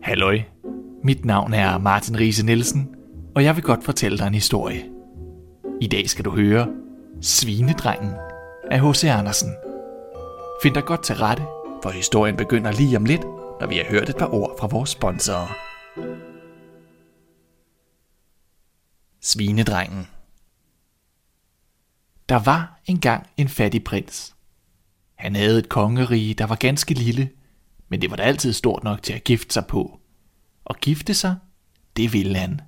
Halløj, mit navn er Martin Riise Nielsen, og jeg vil godt fortælle dig en historie. I dag skal du høre Svinedrengen af H.C. Andersen. Find dig godt til rette, for historien begynder lige om lidt, når vi har hørt et par ord fra vores sponsorer. Svinedrengen. Der var engang en fattig prins. Han havde et kongerige, der var ganske lille, men det var da altid stort nok til at gifte sig på. Og gifte sig, det ville han.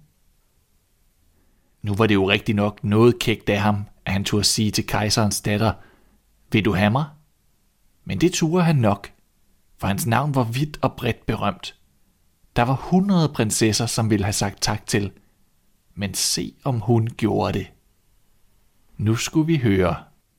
Nu var det jo rigtig nok noget kægt af ham, at han turde sige til kejserens datter, vil du have mig? Men det turde han nok, for hans navn var vidt og bredt berømt. Der var 100 prinsesser, som ville have sagt tak til, men se om hun gjorde det. Nu skulle vi høre.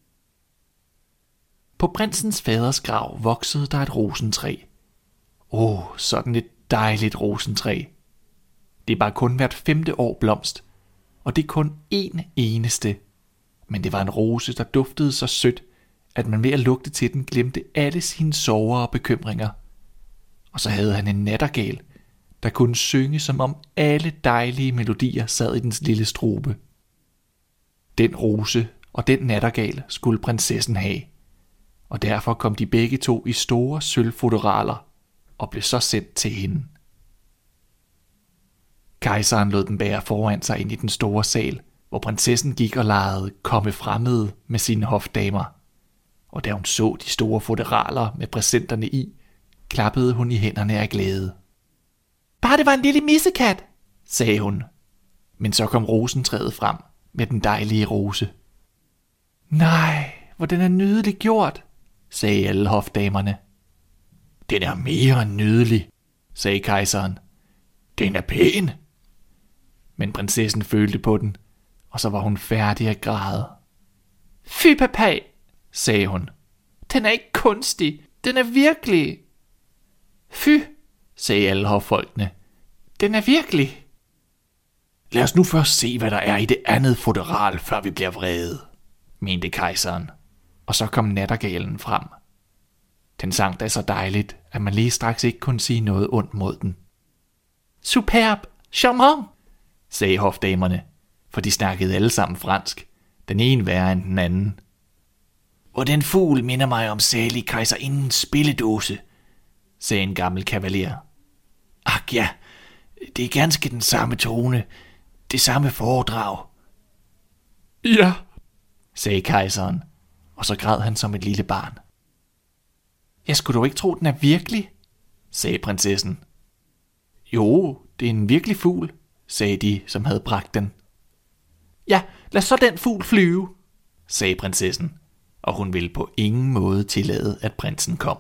På prinsens faders grav voksede der et rosentræ. Sådan et dejligt rosentræ. Det var kun hvert 5. år blomst, og det kun én eneste. Men det var en rose, der duftede så sødt, at man ved at lugte til den glemte alle sine sorger og bekymringer. Og så havde han en nattergal, der kunne synge, som om alle dejlige melodier sad i dens lille strube. Den rose og den nattergal skulle prinsessen have, og derfor kom de begge to i store sølvfotoraler og blev så sendt til hende. Kejseren lod dem bære foran sig ind i den store sal, hvor prinsessen gik og legede komme fremmede med sine hofdamer. Og da hun så de store fotoraler med præsenterne i, klappede hun i hænderne af glæde. Bare det var en lille missekat, sagde hun. Men så kom rosentræet frem med den dejlige rose. Nej, hvor den er nydeligt gjort, sagde alle hofdamerne. Den er mere end nydelig, sagde kejseren. Den er pæn. Men prinsessen følte på den, og så var hun færdig at græde. Fy papa, sagde hun. Den er ikke kunstig, den er virkelig. Fy, sagde alle hoffolkene. Den er virkelig. Lad os nu først se, hvad der er i det andet fotoral, før vi bliver vrede, mente kejseren. Og så kom nattergalen frem. Den sang da så dejligt, at man lige straks ikke kunne sige noget ondt mod den. Superb, charmant, sagde hofdamerne, for de snakkede alle sammen fransk, den ene værre end den anden. Og den fugl minder mig om salig kejserindens spilledåse, sagde en gammel kavaler. Ak ja, det er ganske den samme tone, det samme foredrag. Ja, sagde kejseren, og så græd han som et lille barn. Jeg skulle dog ikke tro, den er virkelig, sagde prinsessen. Jo, det er en virkelig fugl, sagde de, som havde bragt den. Ja, lad så den fugl flyve, sagde prinsessen, og hun ville på ingen måde tillade, at prinsen kom.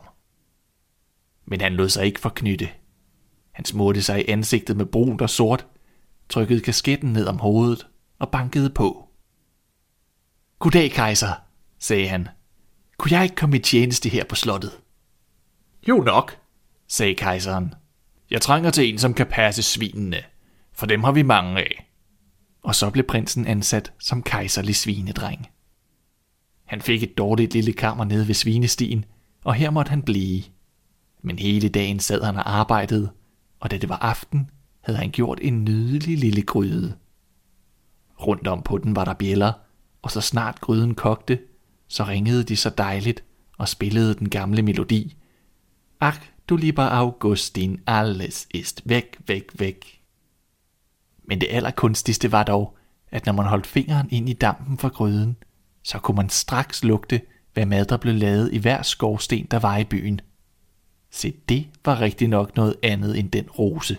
Men han lod sig ikke forknytte. Han smurte sig i ansigtet med brunt og sort, trykkede kasketten ned om hovedet og bankede på. Goddag, kejser, sagde han. Kunne jeg ikke komme i tjeneste her på slottet? Jo nok, sagde kejseren. Jeg trænger til en, som kan passe svinene, for dem har vi mange af. Og så blev prinsen ansat som kejserlig svinedreng. Han fik et dårligt lille kammer nede ved svinestien, og her måtte han blive. Men hele dagen sad han og arbejdede, og da det var aften, havde han gjort en nydelig lille gryde. Rundt om på den var der bjælder, og så snart gryden kogte, så ringede de så dejligt og spillede den gamle melodi. Ach, du lieber Augustin, alles ist væk, væk, væk. Men det allerkunstigste var dog, at når man holdt fingeren ind i dampen fra gryden, så kunne man straks lugte, hvad mad der blev lavet i hver skorsten, der var i byen. Se, det var rigtig nok noget andet end den rose.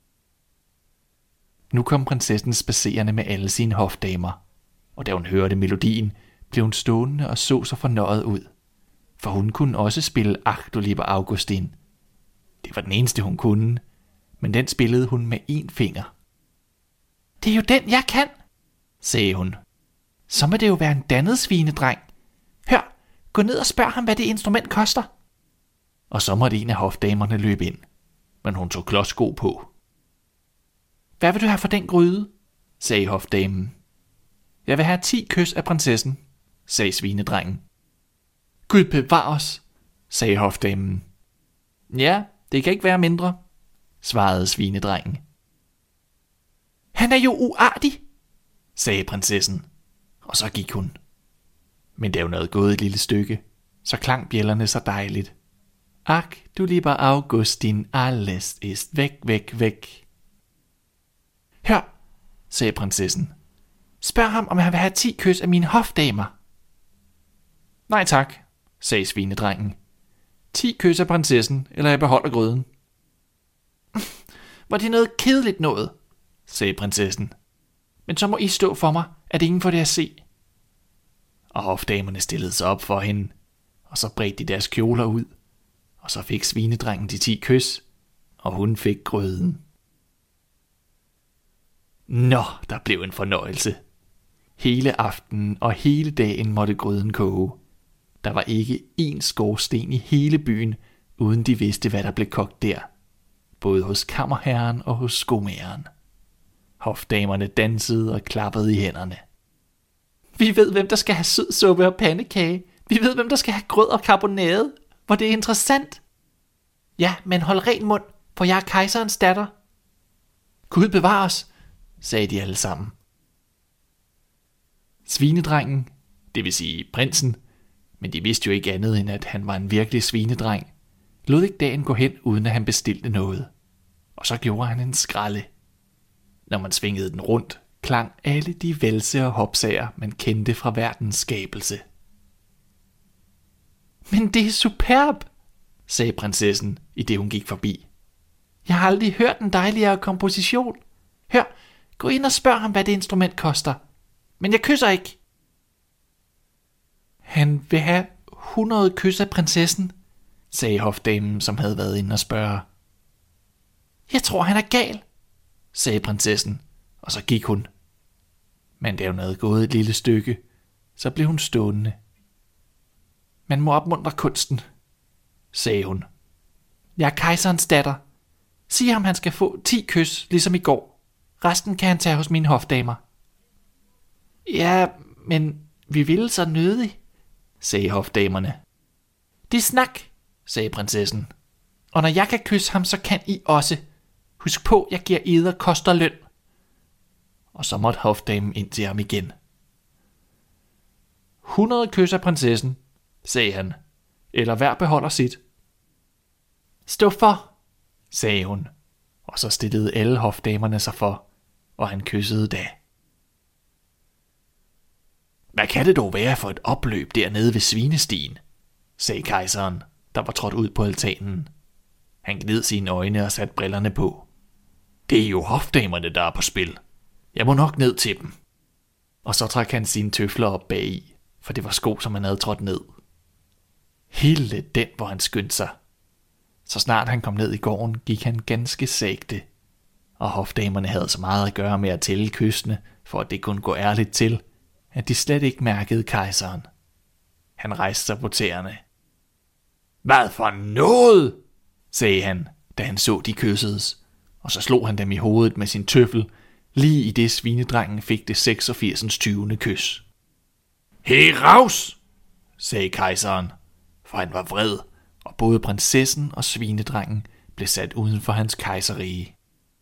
Nu kom prinsessen spacerende med alle sine hofdamer, og da hun hørte melodien, blev hun stående og så fornøjet ud. For hun kunne også spille Ach, du lieber Augustin. Det var den eneste, hun kunne, men den spillede hun med 1 finger. Det er jo den, jeg kan, sagde hun. Så må det jo være en dannet svinedreng. Hør, gå ned og spørg ham, hvad det instrument koster. Og så måtte en af hofdamerne løbe ind, men hun tog klodsko på. Hvad vil du have for den gryde? Sagde hofdamen. Jeg vil have 10 kys af prinsessen, sagde svinedrengen. Gud bevar os, sagde hofdamen. Ja, det kan ikke være mindre, svarede svinedrengen. Han er jo uartig, sagde prinsessen, og så gik hun. Men da hun havde gået et lille stykke, så klang bjællerne så dejligt. Ak, du lieber Augustin, alles ist væk, væk, væk. Hør, sagde prinsessen. Spørg ham, om han vil have 10 kys af mine hofdamer. Nej tak, sagde svinedrengen. 10 kys af prinsessen, eller jeg beholder gryden. Var det noget kedeligt noget, sagde prinsessen. Men så må I stå for mig, at ingen får det at se. Og hofdamerne stillede sig op for hende, og så bredte de deres kjoler ud, og så fik svinedrengen de 10 kys, og hun fik gryden. Nå, der blev en fornøjelse. Hele aftenen og hele dagen måtte gryden koge. Der var ikke én skorsten i hele byen, uden de vidste, hvad der blev kogt der. Både hos kammerherren og hos skomageren. Hofdamerne dansede og klappede i hænderne. Vi ved, hvem der skal have sød suppe og pandekage. Vi ved, hvem der skal have grød og karbonade. Hvor det er interessant. Ja, men hold ren mund, for jeg er kejserens datter. Gud bevare os, sagde de alle sammen. Svinedrengen, det vil sige prinsen, men de vidste jo ikke andet end, at han var en virkelig svinedreng, lod ikke dagen gå hen, uden at han bestilte noget. Og så gjorde han en skralde. Når man svingede den rundt, klang alle de valse og hopsager, man kendte fra verdens skabelse. Men det er superb, sagde prinsessen, i det hun gik forbi. Jeg har aldrig hørt en dejligere komposition. Hør, gå ind og spørg ham, hvad det instrument koster. Men jeg kysser ikke. Han vil have 100 kys af prinsessen, sagde hofdamen, som havde været inde og spørge. Jeg tror, han er gal, sagde prinsessen, og så gik hun. Men da hun havde gået et lille stykke, så blev hun stående. Man må opmuntre kunsten, sagde hun. Jeg er kejserens datter. Sig ham, han skal få 10 kys, ligesom i går. Resten kan han tage hos mine hofdamer. Ja, men vi ville så nødig, sagde hofdamerne. Det er snak, sagde prinsessen. Og når jeg kan kysse ham, så kan I også. Husk på, jeg giver eder kost og løn. Og så måtte hofdamen ind til ham igen. 100 kys af prinsessen, sagde han, eller hver beholder sit. Stå for, sagde hun, og så stillede alle hofdamerne sig for, og han kyssede da. Hvad kan det dog være for et opløb dernede ved svinestien, sagde kejseren, der var trådt ud på altanen. Han gned sine øjne og satte brillerne på. Det er jo hofdamerne, der er på spil. Jeg må nok ned til dem. Og så trak han sine tøfler op bagi, for det var sko, som han havde trådt ned. Hele den, hvor han skyndte sig. Så snart han kom ned i gården, gik han ganske sagte, og hofdamerne havde så meget at gøre med at tælle kystene, for at det kunne gå ærligt til, at de slet ikke mærkede kejseren. Han rejste sig på tæerne. Hvad for noget, sagde han, da han så de kyssedes, og så slog han dem i hovedet med sin tøffel, lige i det svinedrengen fik det 86. 20. kys. Heraus, sagde kejseren, for han var vred, og både prinsessen og svinedrengen blev sat uden for hans kejserrige.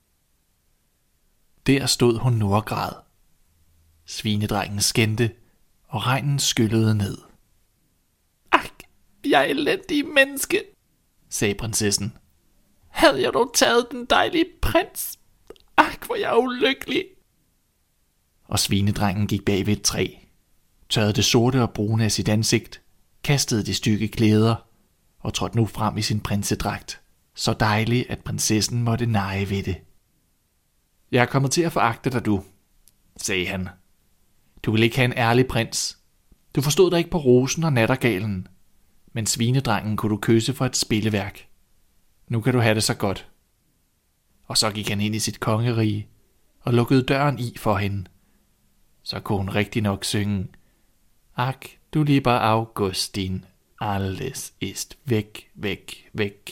Der stod hun nu og græd. Svinedrengen skændte, og regnen skyllede ned. Ak, jeg er elendig menneske, sagde prinsessen. Havde jeg dog taget den dejlige prins? Ak, hvor jeg er ulykkelig. Og svinedrengen gik bag ved et træ, tørrede det sorte og brune af sit ansigt, kastede de stykke klæder og trådte nu frem i sin prinsedragt, så dejlig, at prinsessen måtte neje ved det. Jeg er kommet til at foragte dig, du, sagde han. Du vil ikke have en ærlig prins. Du forstod dig ikke på rosen og nattergalen, men svinedrengen kunne du kysse for et spilleværk. Nu kan du have det så godt. Og så gik han ind i sit kongerige og lukkede døren i for hende. Så kunne hun rigtig nok synge: Ak, du lieber Augustin, alles ist væk, væk, væk.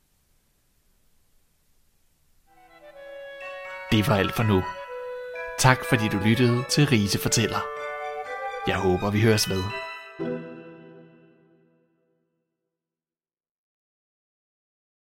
Det var alt for nu. Tak fordi du lyttede til Rise Fortæller. Jeg håber vi høres ved.